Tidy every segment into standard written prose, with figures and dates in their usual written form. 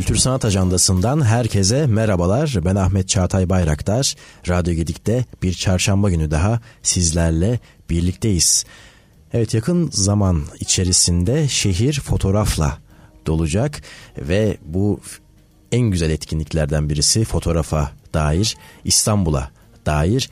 Kültür Sanat Ajandası'ndan herkese merhabalar. Ben Ahmet Çağatay Bayraktar. Radyo Gedik'te bir çarşamba günü daha sizlerle birlikteyiz. Evet, yakın zaman içerisinde şehir fotoğrafla dolacak ve bu en güzel etkinliklerden birisi fotoğrafa dair, İstanbul'a dair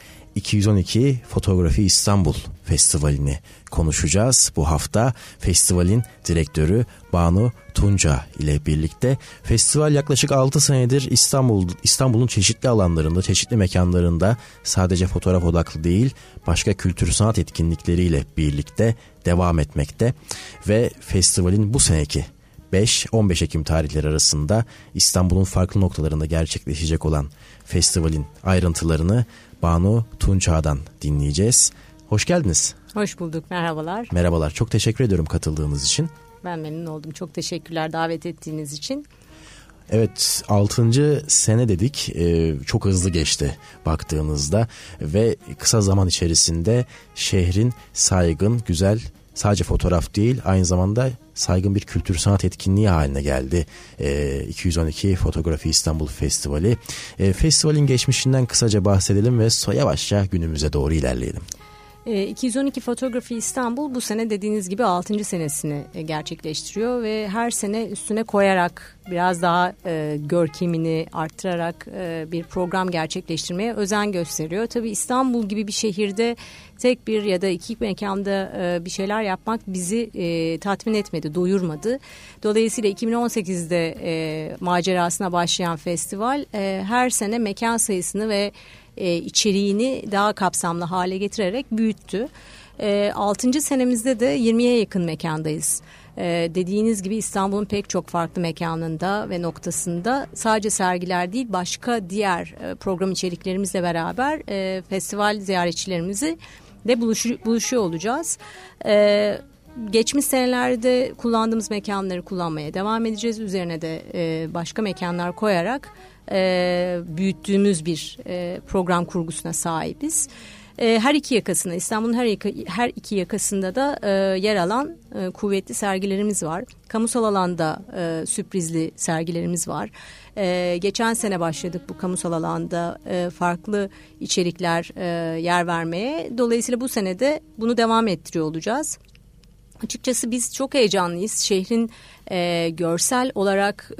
212 Fotoğrafi İstanbul Festivali'ni konuşacağız. Bu hafta festivalin direktörü Banu Tunca ile birlikte. Festival yaklaşık 6 senedir İstanbul'un çeşitli alanlarında, çeşitli mekanlarında sadece fotoğraf odaklı değil, başka kültür sanat etkinlikleriyle birlikte devam etmekte. Ve festivalin bu seneki 5-15 Ekim tarihleri arasında İstanbul'un farklı noktalarında gerçekleşecek olan festivalin ayrıntılarını Banu Tunca'dan dinleyeceğiz. Hoş geldiniz. Hoş bulduk, merhabalar. Merhabalar, çok teşekkür ediyorum katıldığınız için. Ben memnun oldum, çok teşekkürler davet ettiğiniz için. Evet, 6. sene dedik, çok hızlı geçti baktığınızda ve kısa zaman içerisinde şehrin saygın, güzel, sadece fotoğraf değil, aynı zamanda saygın bir kültür sanat etkinliği haline geldi. 212 Fotoğrafi İstanbul Festivali. Festivalin geçmişinden kısaca bahsedelim ve yavaşça günümüze doğru ilerleyelim. 212 Fotoğrafi İstanbul bu sene dediğiniz gibi 6. senesini gerçekleştiriyor ve her sene üstüne koyarak biraz daha görkemini arttırarak bir program gerçekleştirmeye özen gösteriyor. Tabii İstanbul gibi bir şehirde tek bir ya da iki mekanda bir şeyler yapmak bizi tatmin etmedi, doyurmadı. Dolayısıyla 2018'de macerasına başlayan festival her sene mekan sayısını ve içeriğini daha kapsamlı hale getirerek büyüttü. 6. senemizde de 20'ye yakın mekandayız. Dediğiniz gibi İstanbul'un pek çok farklı mekanında ve noktasında sadece sergiler değil, başka diğer program içeriklerimizle beraber festival ziyaretçilerimizi de buluşuyor olacağız. Geçmiş senelerde kullandığımız mekanları kullanmaya devam edeceğiz. Üzerine de başka mekanlar koyarak büyüttüğümüz bir program kurgusuna sahibiz. Her iki yakasında, İstanbul'un her iki yakasında da yer alan kuvvetli sergilerimiz var. Kamusal alanda sürprizli sergilerimiz var. Geçen sene başladık bu kamusal alanda farklı içerikler yer vermeye. Dolayısıyla bu sene de bunu devam ettiriyor olacağız. Açıkçası biz çok heyecanlıyız. Şehrin görsel olarak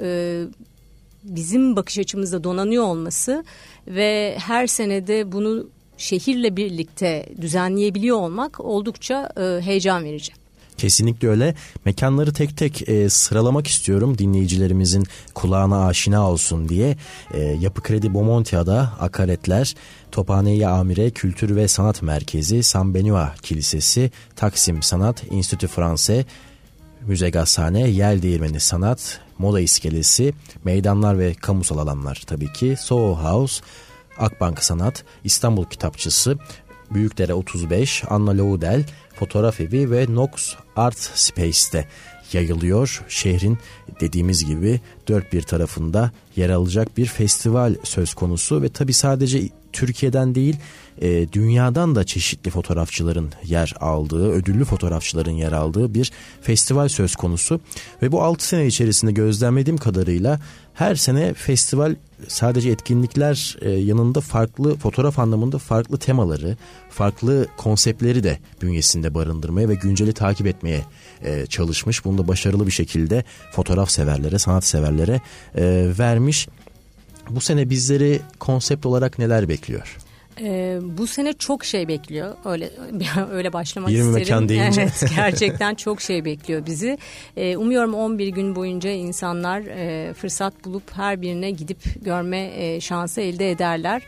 bizim bakış açımızda donanıyor olması ve her senede bunu şehirle birlikte düzenleyebiliyor olmak oldukça heyecan verici. Kesinlikle öyle. Mekanları tek tek sıralamak istiyorum dinleyicilerimizin kulağına aşina olsun diye. Yapı Kredi Bomontia'da Akaretler, Tophane-i Amire Kültür ve Sanat Merkezi, San Benoît Kilisesi, Taksim Sanat Enstitü Fransız, Müze Gazhane, Yel Değirmeni Sanat, Moda İskelesi, meydanlar ve kamusal alanlar tabii ki, Soho House, Akbank Sanat, İstanbul Kitapçısı, Büyükdere 35, Anna Laudel Fotoğraf Evi ve Nox Art Space'te yayılıyor. Şehrin dediğimiz gibi dört bir tarafında yer alacak bir festival söz konusu ve tabii sadece Türkiye'den değil, dünyadan da çeşitli fotoğrafçıların yer aldığı, ödüllü fotoğrafçıların yer aldığı bir festival söz konusu. Ve bu 6 sene içerisinde gözlemlediğim kadarıyla her sene festival sadece etkinlikler yanında farklı fotoğraf anlamında farklı temaları, farklı konseptleri de bünyesinde barındırmaya ve günceli takip etmeye çalışmış. Bunu da başarılı bir şekilde fotoğraf severlere, sanat severlere vermiş. Bu sene bizleri konsept olarak neler bekliyor? Bu sene çok şey bekliyor. Öyle başlamak 20 isterim. mekan deyince. Evet, gerçekten çok şey bekliyor bizi. Umuyorum 11 gün boyunca insanlar fırsat bulup her birine gidip görme şansı elde ederler.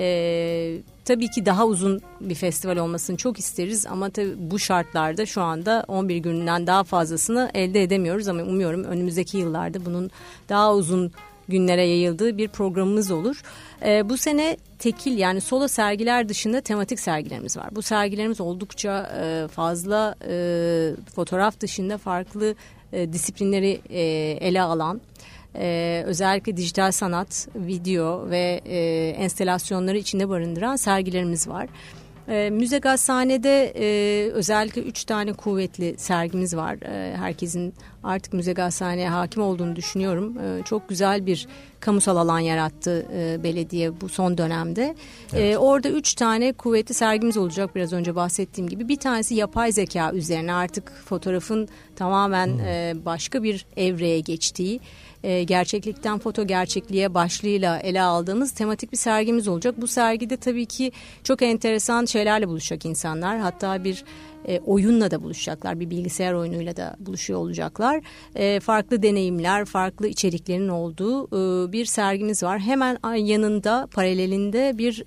Tabii ki daha uzun bir festival olmasını çok isteriz ama tabii bu şartlarda şu anda 11 günden daha fazlasını elde edemiyoruz ama umuyorum önümüzdeki yıllarda bunun daha uzun günlere yayıldığı bir programımız olur. Bu sene tekil yani solo sergiler dışında tematik sergilerimiz var. Bu sergilerimiz oldukça fazla fotoğraf dışında farklı disiplinleri ele alan, özellikle dijital sanat, video ve enstalasyonları içinde barındıran sergilerimiz var. Müze Gazhane'de özellikle 3 tane kuvvetli sergimiz var. Herkesin artık Müze Gazhane'ye hakim olduğunu düşünüyorum. Çok güzel bir kamusal alan yarattı belediye bu son dönemde. Evet. Orada 3 tane kuvvetli sergimiz olacak, biraz önce bahsettiğim gibi. Bir tanesi yapay zeka üzerine, artık fotoğrafın tamamen başka bir evreye geçtiği, gerçeklikten foto gerçekliğe başlığıyla ele aldığımız tematik bir sergimiz olacak. Bu sergide tabii ki çok enteresan şeylerle buluşacak insanlar. Hatta bir oyunla da buluşacaklar. Bir bilgisayar oyunuyla da buluşuyor olacaklar. Farklı deneyimler, farklı içeriklerin olduğu bir sergimiz var. Hemen yanında, paralelinde bir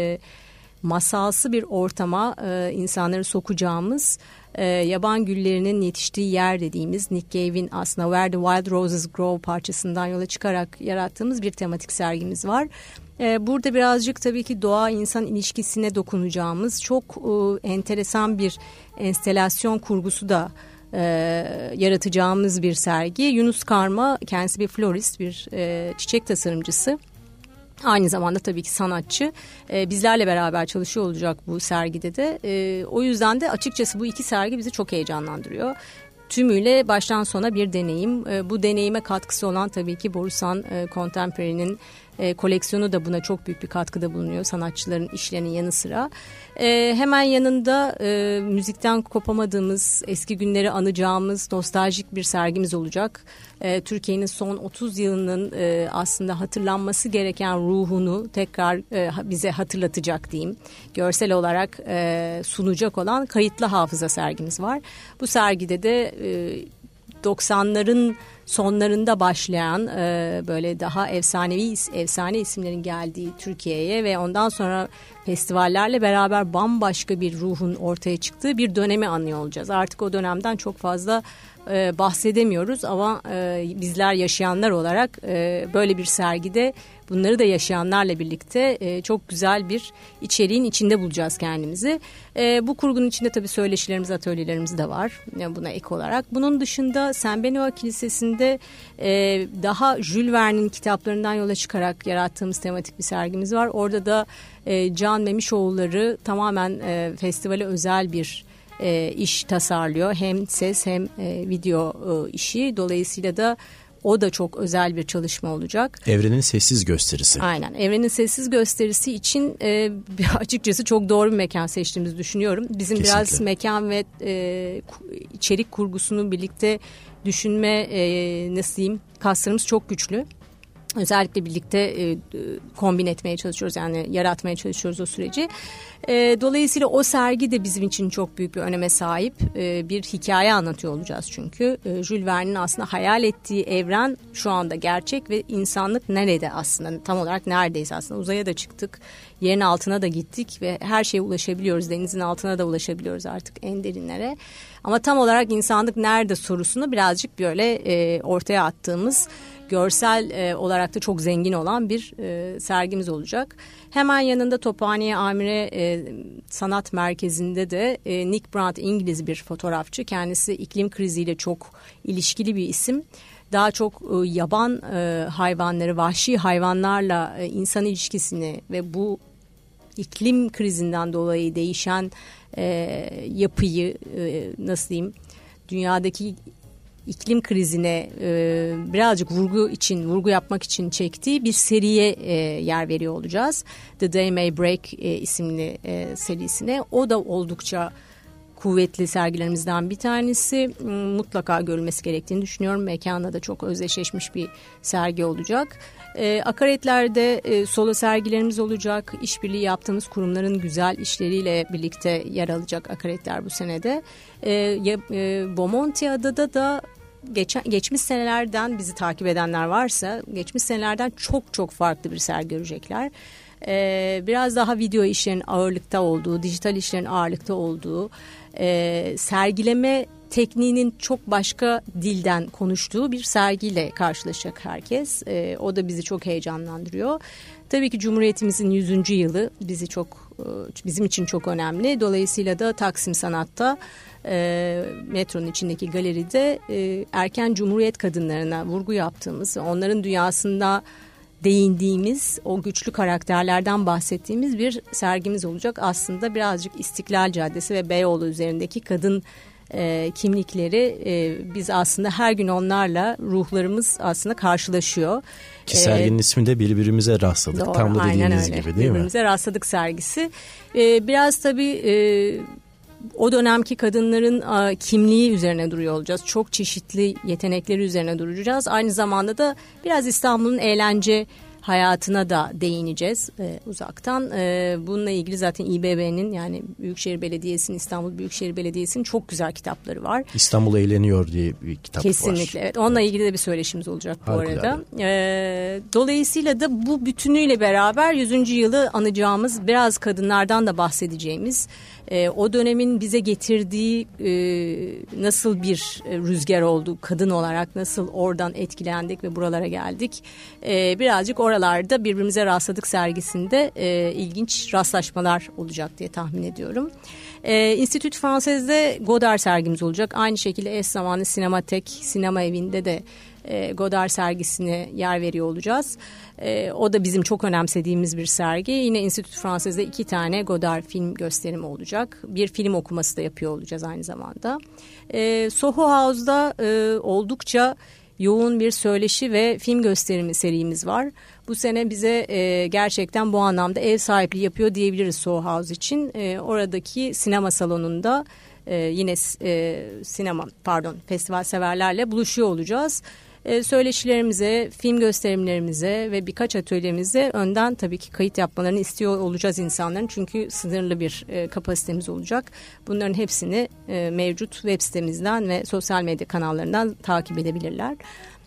masalsı bir ortama insanları sokacağımız, yaban güllerinin yetiştiği yer dediğimiz Nick Cave'in aslında Where the Wild Roses Grow parçasından yola çıkarak yarattığımız bir tematik sergimiz var. Burada birazcık tabii ki doğa-insan ilişkisine dokunacağımız çok enteresan bir enstelasyon kurgusu da yaratacağımız bir sergi. Yunus Karma, kendisi bir florist, bir çiçek tasarımcısı. Aynı zamanda tabii ki sanatçı. Bizlerle beraber çalışıyor olacak bu sergide de. O yüzden de açıkçası bu iki sergi bizi çok heyecanlandırıyor. Tümüyle baştan sona bir deneyim. Bu deneyime katkısı olan tabii ki Borusan Contemporary'nin koleksiyonu da buna çok büyük bir katkıda bulunuyor, sanatçıların işlerinin yanı sıra. Hemen yanında müzikten kopamadığımız, eski günleri anacağımız nostaljik bir sergimiz olacak. Türkiye'nin son 30 yılının aslında hatırlanması gereken ruhunu tekrar bize hatırlatacak diyeyim. Görsel olarak sunacak olan Kayıtlı Hafıza sergimiz var. Bu sergide de 90'ların sonlarında başlayan böyle daha efsane isimlerin geldiği Türkiye'ye ve ondan sonra festivallerle beraber bambaşka bir ruhun ortaya çıktığı bir dönemi anıyor olacağız. Artık o dönemden çok fazla bahsedemiyoruz ama bizler yaşayanlar olarak böyle bir sergide bunları da yaşayanlarla birlikte çok güzel bir içeriğin içinde bulacağız kendimizi. Bu kurgunun içinde tabii söyleşilerimiz, atölyelerimiz de var buna ek olarak. Bunun dışında Saint-Benoît Kilisesi'nde daha Jules Verne'in kitaplarından yola çıkarak yarattığımız tematik bir sergimiz var. Orada da Can Memişoğulları tamamen festivale özel bir iş tasarlıyor. Hem ses hem video işi. Dolayısıyla da o da çok özel bir çalışma olacak. Evrenin sessiz gösterisi. Aynen. Evrenin sessiz gösterisi için açıkçası çok doğru bir mekan seçtiğimizi düşünüyorum. Bizim kesinlikle biraz mekan ve içerik kurgusunu birlikte düşünme nasıl diyeyim, kaslarımız çok güçlü. Özellikle birlikte kombin etmeye çalışıyoruz, yani yaratmaya çalışıyoruz o süreci. Dolayısıyla o sergi de bizim için çok büyük bir öneme sahip. Bir hikaye anlatıyor olacağız çünkü. Jules Verne'in aslında hayal ettiği evren şu anda gerçek ve insanlık nerede aslında, tam olarak neredeyiz aslında. Uzaya da çıktık, yerin altına da gittik ve her şeye ulaşabiliyoruz. Denizin altına da ulaşabiliyoruz artık, en derinlere. Ama tam olarak insanlık nerede sorusunu birazcık böyle ortaya attığımız, görsel olarak da çok zengin olan bir sergimiz olacak. Hemen yanında Tophane Amire Sanat Merkezi'nde de Nick Brandt, İngiliz bir fotoğrafçı. Kendisi iklim kriziyle çok ilişkili bir isim. Daha çok yaban hayvanları, vahşi hayvanlarla insan ilişkisini ve bu iklim krizinden dolayı değişen yapıyı, nasıl diyeyim, dünyadaki iklim krizine birazcık vurgu yapmak için çektiği bir seriye yer veriyor olacağız. The Day May Break isimli serisine. O da oldukça kuvvetli sergilerimizden bir tanesi. Mutlaka görülmesi gerektiğini düşünüyorum. Mekanla da çok özdeşleşmiş bir sergi olacak. Akaretler'de solo sergilerimiz olacak. İşbirliği yaptığımız kurumların güzel işleriyle birlikte yer alacak akaretler bu senede. Bomontia'da da geçmiş senelerden bizi takip edenler varsa geçmiş senelerden çok farklı bir sergi görecekler. Biraz daha video işlerin ağırlıkta olduğu, dijital işlerin ağırlıkta olduğu, sergileme tekniğinin çok başka dilden konuştuğu bir sergiyle karşılaşacak herkes. O da bizi çok heyecanlandırıyor. Tabii ki Cumhuriyetimizin 100. yılı bizim için çok önemli. Dolayısıyla da Taksim Sanat'ta metronun içindeki galeride erken Cumhuriyet kadınlarına vurgu yaptığımız, onların dünyasında değindiğimiz, o güçlü karakterlerden bahsettiğimiz bir sergimiz olacak. Aslında birazcık İstiklal Caddesi ve Beyoğlu üzerindeki kadın kimlikleri, biz aslında her gün onlarla ruhlarımız aslında karşılaşıyor. Ki serginin ismi de Birbirimize Rastladık. Doğru, tam da dediğiniz gibi değil mi? Birbirimize Rastladık sergisi. Biraz tabii o dönemki kadınların kimliği üzerine duruyor olacağız. Çok çeşitli yetenekleri üzerine duracağız. Aynı zamanda da biraz İstanbul'un eğlence hayatına da değineceğiz uzaktan. Bununla ilgili zaten İBB'nin, yani Büyükşehir Belediyesi'nin, İstanbul Büyükşehir Belediyesi'nin çok güzel kitapları var. İstanbul Eğleniyor diye bir kitap Kesinlikle, var. Kesinlikle, evet. Onunla ilgili de bir söyleşimiz olacak bu Harikulade. arada. Dolayısıyla da bu bütünüyle beraber 100. yılı anacağımız, biraz kadınlardan da bahsedeceğimiz, o dönemin bize getirdiği nasıl bir rüzgar oldu, kadın olarak nasıl oradan etkilendik ve buralara geldik. Birazcık oralarda Birbirimize Rastladık sergisinde ilginç rastlaşmalar olacak diye tahmin ediyorum. İnstitüt Fransız'da Godard sergimiz olacak. Aynı şekilde eş zamanlı Sinematek, sinema evinde de Godard sergisine yer veriyor olacağız. O da bizim çok önemsediğimiz bir sergi. Yine İnstitüt Fransız'da 2 tane Godard film gösterimi olacak. Bir film okuması da yapıyor olacağız aynı zamanda. Soho House'da oldukça yoğun bir söyleşi ve film gösterimi serimiz var. Bu sene bize gerçekten bu anlamda ev sahipliği yapıyor diyebiliriz Soho House için. Oradaki sinema salonunda yine festival severlerle buluşuyor olacağız. Söyleşilerimize, film gösterimlerimize ve birkaç atölyemize önden tabii ki kayıt yapmalarını istiyor olacağız insanların. Çünkü sınırlı bir kapasitemiz olacak. Bunların hepsini mevcut web sitemizden ve sosyal medya kanallarından takip edebilirler.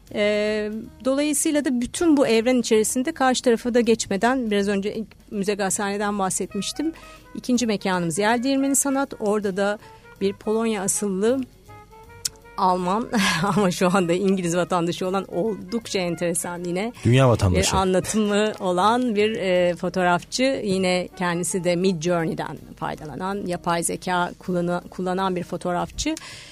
Dolayısıyla da bütün bu evren içerisinde karşı tarafa da geçmeden, biraz önce Müze Gazhane'den bahsetmiştim. 2. mekanımız Yeldirmeni Sanat. Orada da bir Polonya asıllı Alman ama şu anda İngiliz vatandaşı olan oldukça enteresan yine. Dünya vatandaşı. Anlatımı olan bir fotoğrafçı. Yine kendisi de Midjourney'den faydalanan, yapay zeka kullanan bir fotoğrafçı.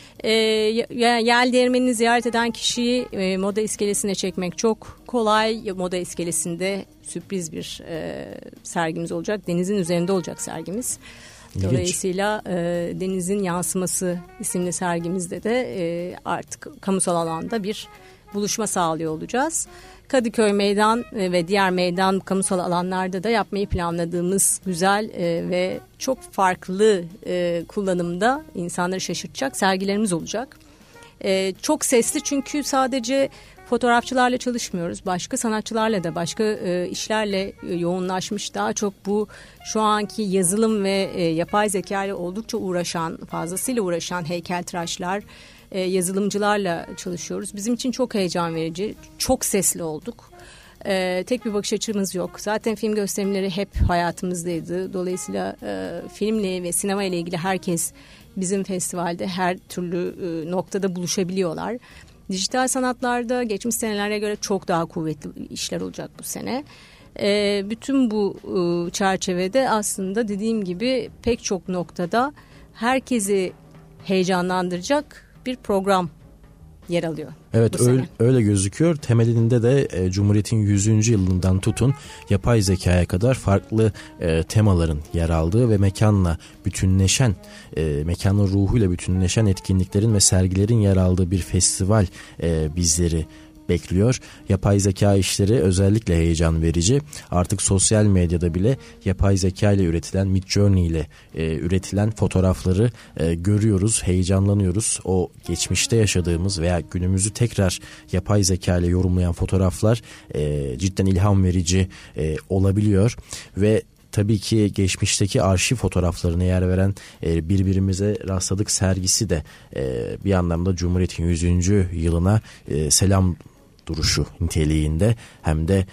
Yeldirmeni'ni ziyaret eden kişiyi moda iskelesine çekmek çok kolay. Moda iskelesinde sürpriz bir sergimiz olacak. Denizin üzerinde olacak sergimiz. Dolayısıyla Denizin Yansıması isimli sergimizde de artık kamusal alanda bir buluşma sağlıyor olacağız. Kadıköy Meydan ve diğer meydan kamusal alanlarda da yapmayı planladığımız güzel ve çok farklı kullanımda insanları şaşırtacak sergilerimiz olacak. Çok sesli, çünkü sadece fotoğrafçılarla çalışmıyoruz. Başka sanatçılarla da, başka işlerle yoğunlaşmış, daha çok bu şu anki yazılım ve yapay zeka ile oldukça fazlasıyla uğraşan heykeltıraşlar, yazılımcılarla çalışıyoruz. Bizim için çok heyecan verici, çok sesli olduk. Tek bir bakış açımız yok. Zaten film gösterimleri hep hayatımızdaydı. Dolayısıyla filmle ve sinema ile ilgili herkes bizim festivalde her türlü noktada buluşabiliyorlar. Dijital sanatlarda geçmiş senelere göre çok daha kuvvetli işler olacak bu sene. Bütün bu çerçevede aslında dediğim gibi pek çok noktada herkesi heyecanlandıracak bir program yer alıyor. Evet, öyle gözüküyor. Temelinde de Cumhuriyet'in 100. yılından tutun yapay zekaya kadar farklı temaların yer aldığı ve mekanla bütünleşen, mekanın ruhuyla bütünleşen etkinliklerin ve sergilerin yer aldığı bir festival bizleri bekliyor. Yapay zeka işleri özellikle heyecan verici. Artık sosyal medyada bile yapay zeka ile üretilen, Midjourney ile üretilen fotoğrafları görüyoruz, heyecanlanıyoruz. O geçmişte yaşadığımız veya günümüzü tekrar yapay zeka ile yorumlayan fotoğraflar cidden ilham verici olabiliyor ve tabii ki geçmişteki arşiv fotoğraflarına yer veren Birbirimize Rastladık sergisi de bir anlamda Cumhuriyet'in 100. yılına selam duruşu niteliğinde, hem de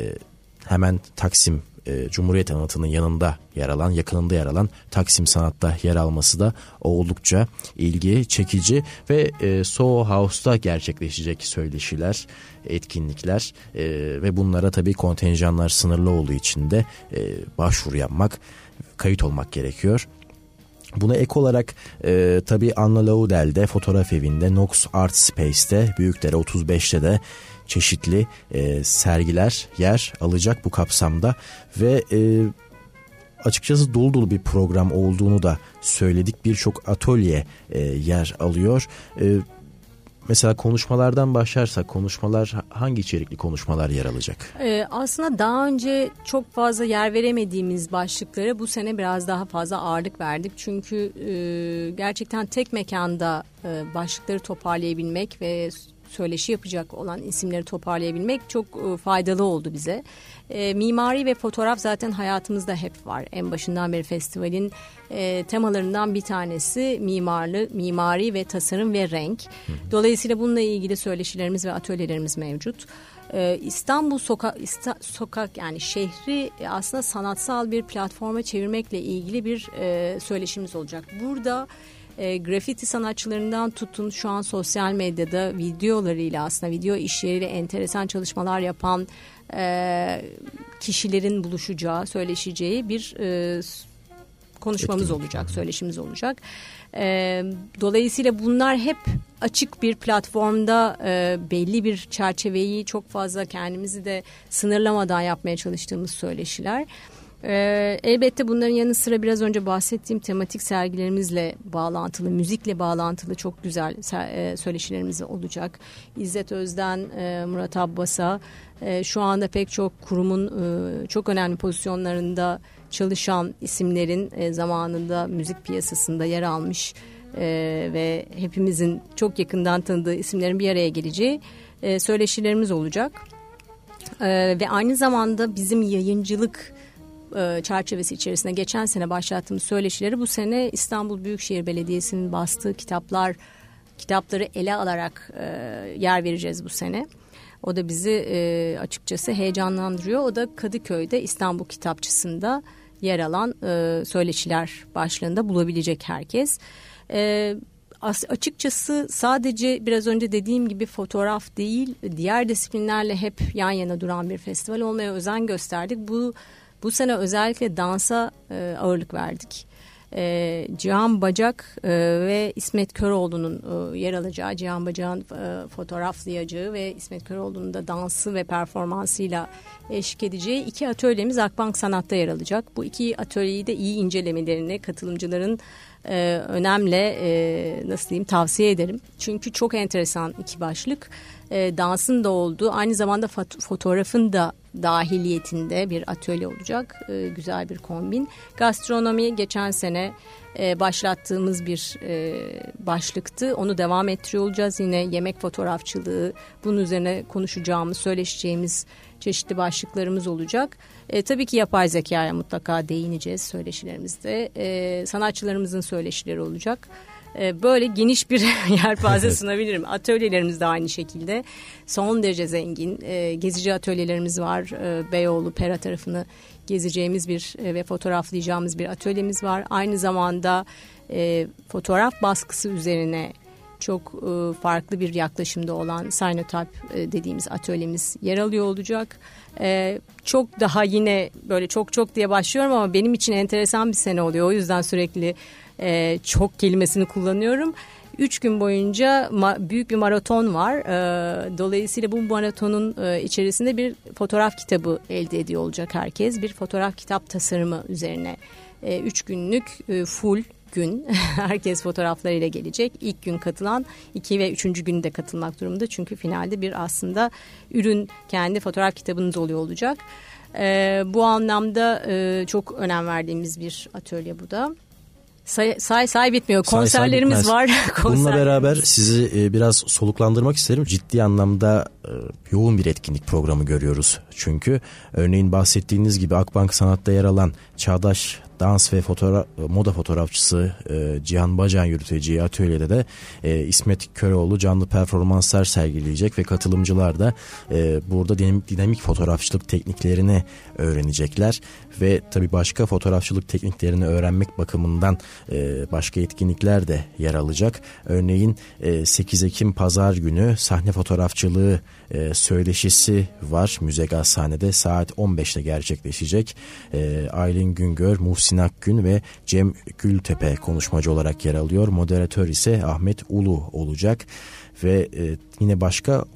hemen Taksim Cumhuriyet Anıtı'nın yanında yer alan, yakınında yer alan Taksim Sanat'ta yer alması da oldukça ilgi çekici ve Soho House'da gerçekleşecek söyleşiler, etkinlikler ve bunlara tabii kontenjanlar sınırlı olduğu için de başvuru yapmak, kayıt olmak gerekiyor. Buna ek olarak tabii Anna Laudel'de, Fotoğraf Evi'nde, Nox Art Space'te, Büyükdere 35'te de çeşitli sergiler yer alacak bu kapsamda ve açıkçası dolu dolu bir program olduğunu da söyledik. Birçok atölye yer alıyor. Mesela konuşmalardan başlarsak, konuşmalar hangi içerikli konuşmalar yer alacak? Aslında daha önce çok fazla yer veremediğimiz başlıklara bu sene biraz daha fazla ağırlık verdik. Çünkü gerçekten tek mekanda başlıkları toparlayabilmek ve söyleşi yapacak olan isimleri toparlayabilmek çok faydalı oldu bize. Mimari ve fotoğraf zaten hayatımızda hep var. En başından beri festivalin temalarından bir tanesi mimari ve tasarım ve renk. Dolayısıyla bununla ilgili söyleşilerimiz ve atölyelerimiz mevcut. İstanbul sokak yani şehri aslında sanatsal bir platforma çevirmekle ilgili bir söyleşimiz olacak. Burada grafiti sanatçılarından tutun şu an sosyal medyada videolarıyla aslında video işleriyle enteresan çalışmalar yapan kişilerin buluşacağı, söyleşeceği bir konuşmamız olacak, söyleşimiz olacak. Dolayısıyla bunlar hep açık bir platformda belli bir çerçeveyi çok fazla kendimizi de sınırlamadan yapmaya çalıştığımız söyleşiler. Elbette bunların yanı sıra biraz önce bahsettiğim tematik sergilerimizle bağlantılı, müzikle bağlantılı çok güzel söyleşilerimiz olacak. İzzet Özden, Murat Abbas'a şu anda pek çok kurumun çok önemli pozisyonlarında çalışan isimlerin zamanında müzik piyasasında yer almış ve hepimizin çok yakından tanıdığı isimlerin bir araya geleceği söyleşilerimiz olacak. Ve aynı zamanda bizim yayıncılık çerçevesi içerisinde geçen sene başlattığımız söyleşileri bu sene İstanbul Büyükşehir Belediyesi'nin bastığı kitapları ele alarak yer vereceğiz bu sene. O da bizi açıkçası heyecanlandırıyor. O da Kadıköy'de İstanbul Kitapçısı'nda yer alan söyleşiler başlığında bulabilecek herkes. Açıkçası sadece biraz önce dediğim gibi fotoğraf değil, diğer disiplinlerle hep yan yana duran bir festival olmaya özen gösterdik. Bu sene özellikle dansa ağırlık verdik. Cihan Bacak ve İsmet Köroğlu'nun yer alacağı, Cihan Bacak'ın fotoğraflayacağı ve İsmet Köroğlu'nun da dansı ve performansıyla eşlik edeceği 2 atölyemiz Akbank Sanat'ta yer alacak. Bu 2 atölyeyi de iyi incelemelerini katılımcıların önemli nasıl diyeyim tavsiye ederim. Çünkü çok enteresan 2 başlık. Dansın da olduğu, aynı zamanda fotoğrafın da dahiliyetinde bir atölye olacak. Güzel bir kombin. Gastronomi geçen sene başlattığımız bir başlıktı. Onu devam ettiriyor olacağız. Yine yemek fotoğrafçılığı, bunun üzerine konuşacağımız, söyleşeceğimiz çeşitli başlıklarımız olacak. Tabii ki yapay zekaya mutlaka değineceğiz söyleşilerimizde. Sanatçılarımızın söyleşileri olacak. Böyle geniş bir yelpaze sunabilirim. Atölyelerimiz de aynı şekilde son derece zengin. Gezici atölyelerimiz var. Beyoğlu, Pera tarafını gezeceğimiz bir ve fotoğraflayacağımız bir atölyemiz var. Aynı zamanda fotoğraf baskısı üzerine çok farklı bir yaklaşımda olan Cyanotype dediğimiz atölyemiz yer alıyor olacak. Çok daha yine böyle çok diye başlıyorum ama benim için enteresan bir sene oluyor. O yüzden sürekli çok kelimesini kullanıyorum. 3 gün boyunca büyük bir maraton var. Dolayısıyla bu maratonun içerisinde bir fotoğraf kitabı elde ediyor olacak herkes. Bir fotoğraf kitap tasarımı üzerine 3 günlük full gün herkes fotoğraflarıyla gelecek. İlk gün katılan 2 ve 3. gün de katılmak durumunda. Çünkü finalde bir aslında ürün kendi fotoğraf kitabınız oluyor olacak. Bu anlamda çok önem verdiğimiz bir atölye bu da. Say bitmiyor. Konserlerimiz var. Bununla beraber sizi biraz soluklandırmak isterim. Ciddi anlamda yoğun bir etkinlik programı görüyoruz. Çünkü örneğin bahsettiğiniz gibi Akbank Sanat'ta yer alan çağdaş dans ve moda fotoğrafçısı Cihan Bacak'ın yürüteceği atölyede de İsmet Köroğlu canlı performanslar sergileyecek ve katılımcılar da burada dinamik fotoğrafçılık tekniklerini öğrenecekler ve tabii başka fotoğrafçılık tekniklerini öğrenmek bakımından başka etkinlikler de yer alacak. Örneğin 8 Ekim Pazar günü sahne fotoğrafçılığı söyleşisi var. Müze Gazhane'de saat 15'te gerçekleşecek. Aylin Güngör, Muhsin Muhsin Akgün ve Cem Gültepe konuşmacı olarak yer alıyor. Moderatör ise Ahmet Ulu olacak ve yine başka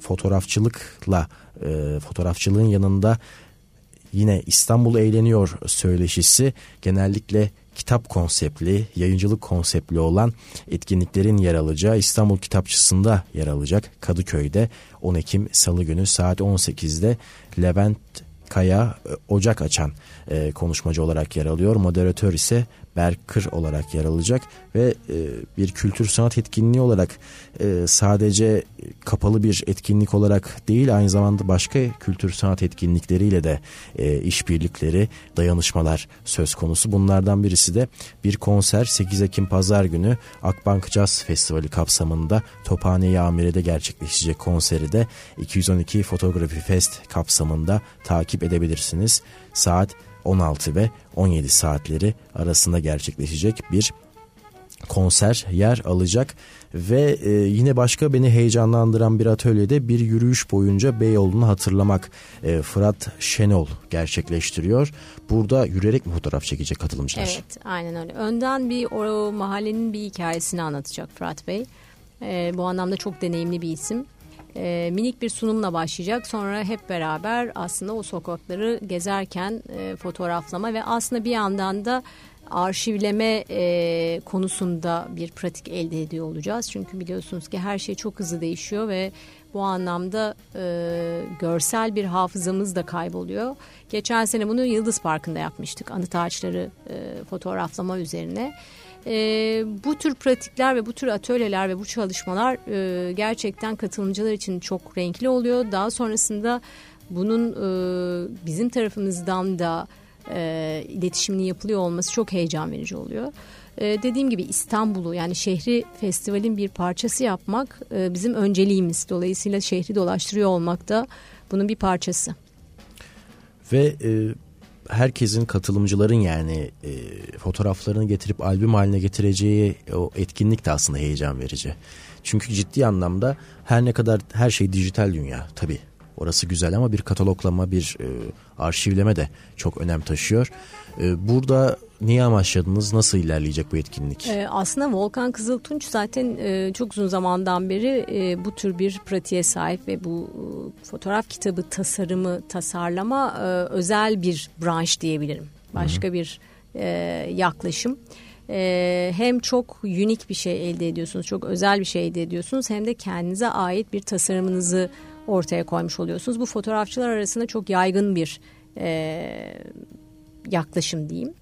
fotoğrafçılığın yanında yine İstanbul Eğleniyor söyleşisi, genellikle kitap konseptli, yayıncılık konseptli olan etkinliklerin yer alacağı İstanbul Kitapçısı'nda yer alacak. Kadıköy'de 10 Ekim Salı günü saat 18'de Levent Kaya Ocak Açan konuşmacı olarak yer alıyor. Moderatör ise Berk Kır olarak yer alacak ve bir kültür sanat etkinliği olarak sadece kapalı bir etkinlik olarak değil, aynı zamanda başka kültür sanat etkinlikleriyle de işbirlikleri, dayanışmalar söz konusu. Bunlardan birisi de bir konser 8 Ekim Pazar günü Akbank Jazz Festivali kapsamında Tophane-i Amire'de gerçekleşecek konseri de 212 Fotografi Fest kapsamında takip edebilirsiniz. Saat 16 ve 17 saatleri arasında gerçekleşecek bir konser yer alacak ve yine başka beni heyecanlandıran bir atölyede bir yürüyüş boyunca Beyoğlu'nu hatırlamak Fırat Şenol gerçekleştiriyor. Burada yürüyerek mi fotoğraf çekecek katılımcılar? Evet, aynen öyle. Önden o mahallenin bir hikayesini anlatacak Fırat Bey. Bu anlamda çok deneyimli bir isim. Minik bir sunumla başlayacak. Sonra hep beraber aslında o sokakları gezerken fotoğraflama ve aslında bir yandan da arşivleme konusunda bir pratik elde ediyor olacağız. Çünkü biliyorsunuz ki her şey çok hızlı değişiyor ve bu anlamda görsel bir hafızamız da kayboluyor. Geçen sene bunu Yıldız Parkı'nda yapmıştık. Anıt ağaçları fotoğraflama üzerine. Bu tür pratikler ve bu tür atölyeler ve bu çalışmalar gerçekten katılımcılar için çok renkli oluyor. Daha sonrasında bunun bizim tarafımızdan da iletişiminin yapılıyor olması çok heyecan verici oluyor. Dediğim gibi İstanbul'u, yani şehri festivalin bir parçası yapmak bizim önceliğimiz. Dolayısıyla şehri dolaştırıyor olmak da bunun bir parçası. Ve herkesin, katılımcıların yani fotoğraflarını getirip albüm haline getireceği o etkinlik de aslında heyecan verici. Çünkü ciddi anlamda her ne kadar her şey dijital dünya tabii, orası güzel ama bir kataloglama, bir arşivleme de çok önem taşıyor. Burada niye amaçladınız? Nasıl ilerleyecek bu etkinlik? Aslında Volkan Kızıltunç zaten çok uzun zamandan beri bu tür bir pratiğe sahip ve bu fotoğraf kitabı tasarlama özel bir branş diyebilirim. Başka bir yaklaşım. Hem çok unik bir şey elde ediyorsunuz, çok özel bir şey elde ediyorsunuz, hem de kendinize ait bir tasarımınızı ortaya koymuş oluyorsunuz. Bu fotoğrafçılar arasında çok yaygın bir yaklaşım diyeyim.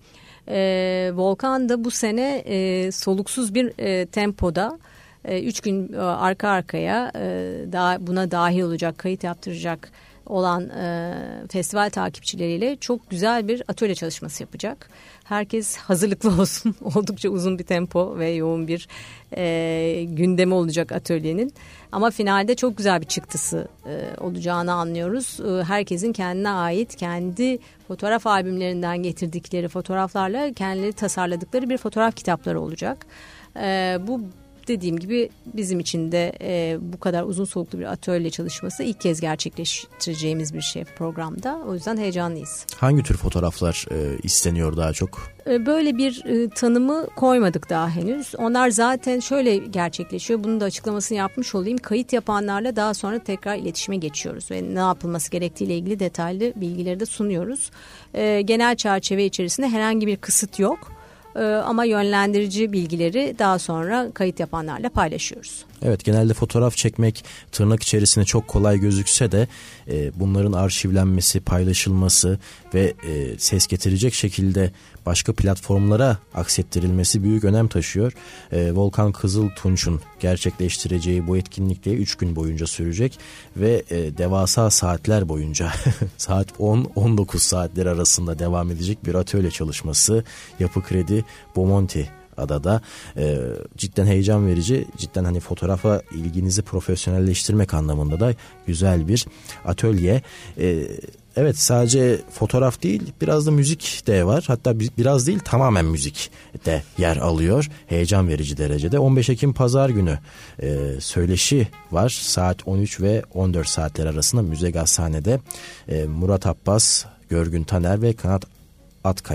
Volkan da bu sene soluksuz bir tempoda 3 gün arka arkaya buna dahil olacak, kayıt yaptıracak olan festival takipçileriyle çok güzel bir atölye çalışması yapacak. Herkes hazırlıklı olsun. Oldukça uzun bir tempo ve yoğun bir gündemi olacak atölyenin. Ama finalde çok güzel bir çıktısı olacağını anlıyoruz. Herkesin kendine ait, kendi fotoğraf albümlerinden getirdikleri fotoğraflarla kendileri tasarladıkları bir fotoğraf kitapları olacak. Bu dediğim gibi bizim için de bu kadar uzun soluklu bir atölye çalışması ilk kez gerçekleştireceğimiz bir şey programda. O yüzden heyecanlıyız. Hangi tür fotoğraflar isteniyor daha çok? Böyle bir tanımı koymadık daha henüz. Onlar zaten şöyle gerçekleşiyor. Bunun da açıklamasını yapmış olayım. Kayıt yapanlarla daha sonra tekrar iletişime geçiyoruz ve ne yapılması gerektiğiyle ilgili detaylı bilgileri de sunuyoruz. Genel çerçeve içerisinde herhangi bir kısıt yok. Ama yönlendirici bilgileri daha sonra kayıt yapanlarla paylaşıyoruz. Evet, genelde fotoğraf çekmek tırnak içerisinde çok kolay gözükse de bunların arşivlenmesi, paylaşılması ve ses getirecek şekilde başka platformlara aksettirilmesi büyük önem taşıyor. Volkan Kızıltunç'un gerçekleştireceği bu etkinlikte 3 gün boyunca sürecek ve devasa saatler boyunca saat 10-19 saatler arasında devam edecek bir atölye çalışması Yapı Kredi Bomonti adada. Cidden heyecan verici, cidden hani fotoğrafa ilginizi profesyonelleştirmek anlamında da güzel bir atölye. Evet, sadece fotoğraf değil, biraz da müzik de var. Hatta biraz değil, tamamen müzik de yer alıyor. Heyecan verici derecede. 15 Ekim Pazar günü söyleşi var. Saat 13 ve 14 saatler arasında Müze Gazhane'de Murat Abbas, Görgün Taner ve Kanat Atkaya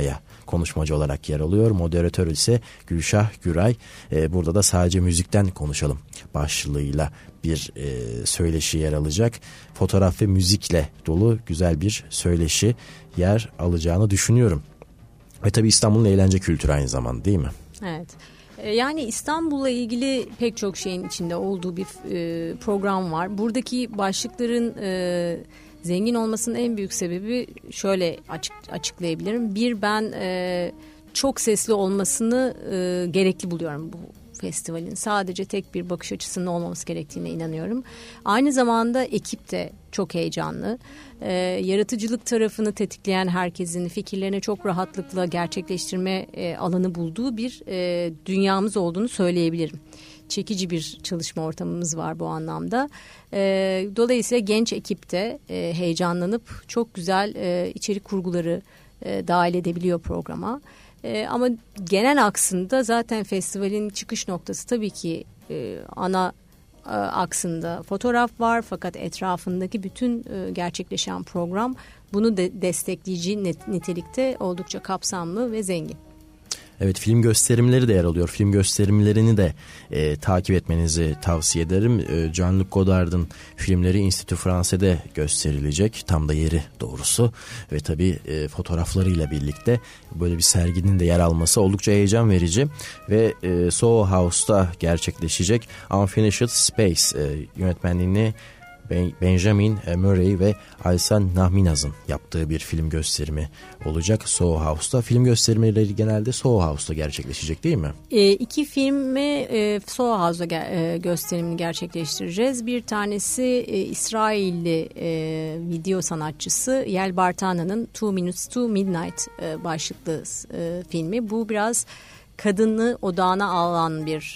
konuşmacı olarak yer alıyor. Moderatör ise Gülşah Güray. Burada da sadece müzikten konuşalım başlığıyla bir söyleşi yer alacak. Fotoğraf ve müzikle dolu güzel bir söyleşi yer alacağını düşünüyorum. Ve tabii İstanbul'un eğlence kültürü aynı zamanda, değil mi? Evet. Yani İstanbul'la ilgili pek çok şeyin içinde olduğu bir program var. Buradaki başlıkların zengin olmasının en büyük sebebi şöyle açıklayabilirim. Bir, ben çok sesli olmasını gerekli buluyorum bu festivalin. Sadece tek bir bakış açısının olmaması gerektiğine inanıyorum. Aynı zamanda ekip de çok heyecanlı. Yaratıcılık tarafını tetikleyen herkesin fikirlerini çok rahatlıkla gerçekleştirme alanı bulduğu bir dünyamız olduğunu söyleyebilirim. Çekici bir çalışma ortamımız var bu anlamda. Dolayısıyla genç ekip de heyecanlanıp çok güzel içerik kurguları dahil edebiliyor programa. Ama genel aksında zaten festivalin çıkış noktası tabii ki ana aksında fotoğraf var, fakat etrafındaki bütün gerçekleşen program bunu destekleyici nitelikte oldukça kapsamlı ve zengin. Evet, film gösterimleri de yer alıyor. Film gösterimlerini de takip etmenizi tavsiye ederim. Jean-Luc Godard'ın filmleri Institut Français'de gösterilecek. Tam da yeri doğrusu. Ve tabii fotoğraflarıyla birlikte böyle bir serginin de yer alması oldukça heyecan verici. Ve Soho House'ta gerçekleşecek Unfinished Space yönetmenliğini Benjamin Murray ve Aysan Nahminaz'ın yaptığı bir film gösterimi olacak Soho House'ta. Film gösterimleri genelde Soho House'ta gerçekleşecek, değil mi? İki filmi Soho House'da gösterimini gerçekleştireceğiz. Bir tanesi İsrailli video sanatçısı Yael Bartana'nın 2 Minutes to Midnight başlıklı filmi. Bu biraz kadını odağına alan bir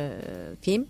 film.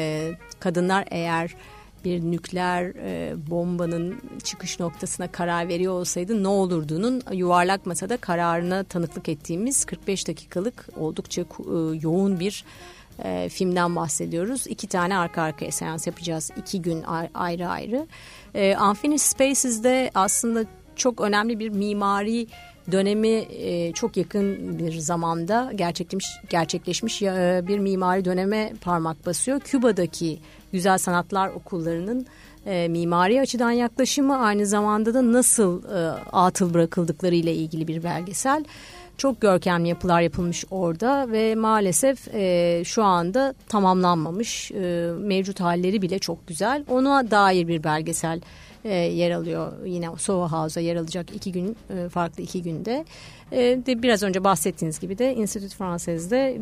Kadınlar eğer bir nükleer bombanın çıkış noktasına karar veriyor olsaydı ne olurduğunun yuvarlak masada kararına tanıklık ettiğimiz 45 dakikalık oldukça yoğun bir filmden bahsediyoruz. 2 tane arka arkaya seans yapacağız. 2 gün ayrı ayrı. Unfinished Spaces'de aslında çok önemli bir mimari dönemi çok yakın bir zamanda gerçekleşmiş bir mimari döneme parmak basıyor. Küba'daki Güzel Sanatlar Okulları'nın mimari açıdan yaklaşımı, aynı zamanda da nasıl atıl bırakıldıkları ile ilgili bir belgesel. Çok görkemli yapılar yapılmış orada ve maalesef şu anda tamamlanmamış. Mevcut halleri bile çok güzel. Ona dair bir belgesel yer alıyor. Yine Soho House'a yer alacak 2 gün, farklı 2 günde. Biraz önce bahsettiğiniz gibi de Institut Français'de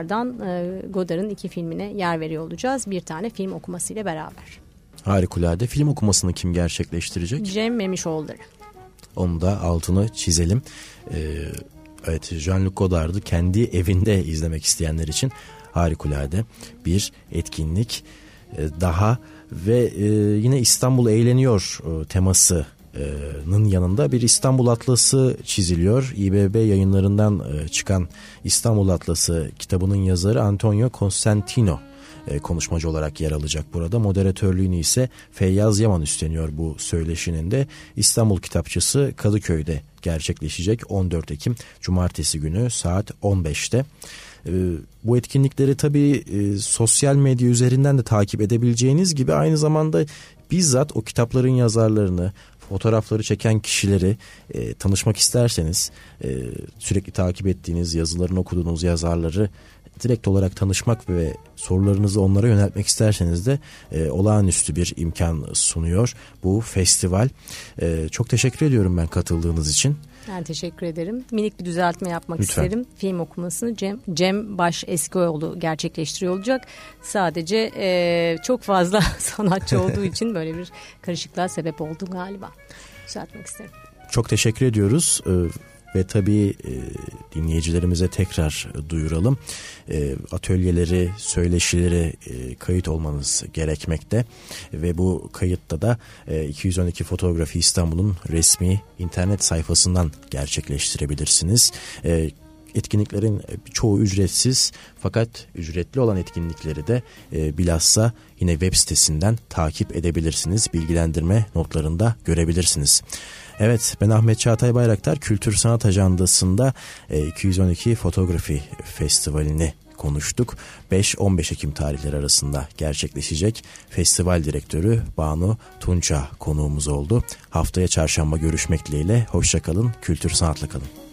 Godard'ın 2 filmine yer veriyor olacağız. Bir tane film okumasıyla beraber. Harikulade. Film okumasını kim gerçekleştirecek? Cem Memişoğulları. Onu da altını çizelim. Evet, Jean-Luc Godard'ı kendi evinde izlemek isteyenler için harikulade bir etkinlik daha ve yine İstanbul eğleniyor temasının yanında bir İstanbul Atlası çiziliyor. İBB yayınlarından çıkan İstanbul Atlası kitabının yazarı Antonio Constantino konuşmacı olarak yer alacak burada. Moderatörlüğünü ise Feyyaz Yaman üstleniyor bu söyleşinin de. İstanbul Kitapçısı Kadıköy'de gerçekleşecek 14 Ekim Cumartesi günü saat 15'te. Bu etkinlikleri tabii sosyal medya üzerinden de takip edebileceğiniz gibi aynı zamanda bizzat o kitapların yazarlarını, fotoğrafları çeken kişileri tanışmak isterseniz, sürekli takip ettiğiniz, yazılarını okuduğunuz yazarları direkt olarak tanışmak ve sorularınızı onlara yöneltmek isterseniz de olağanüstü bir imkan sunuyor bu festival. Çok teşekkür ediyorum ben katıldığınız için. Ben teşekkür ederim. Minik bir düzeltme yapmak isterim. Film okumasını Cem Baş Eskioğlu gerçekleştiriyor olacak. Sadece çok fazla sanatçı olduğu için böyle bir karışıklığa sebep oldu galiba. Düzeltmek isterim. Çok teşekkür ediyoruz. Ve tabii dinleyicilerimize tekrar duyuralım. Atölyeleri, söyleşileri kayıt olmanız gerekmekte. Ve bu kayıtta da 212 Fotoğrafi İstanbul'un resmi internet sayfasından gerçekleştirebilirsiniz. Etkinliklerin çoğu ücretsiz, fakat ücretli olan etkinlikleri de bilhassa yine web sitesinden takip edebilirsiniz. Bilgilendirme notlarında görebilirsiniz. Evet, ben Ahmet Çağatay Bayraktar. Kültür Sanat Ajandası'nda 212 Fotoğrafi Festivali'ni konuştuk. 5-15 Ekim tarihleri arasında gerçekleşecek. Festival direktörü Banu Tunça konuğumuz oldu. Haftaya çarşamba görüşmek dileğiyle. Hoşça kalın, kültür sanatla kalın.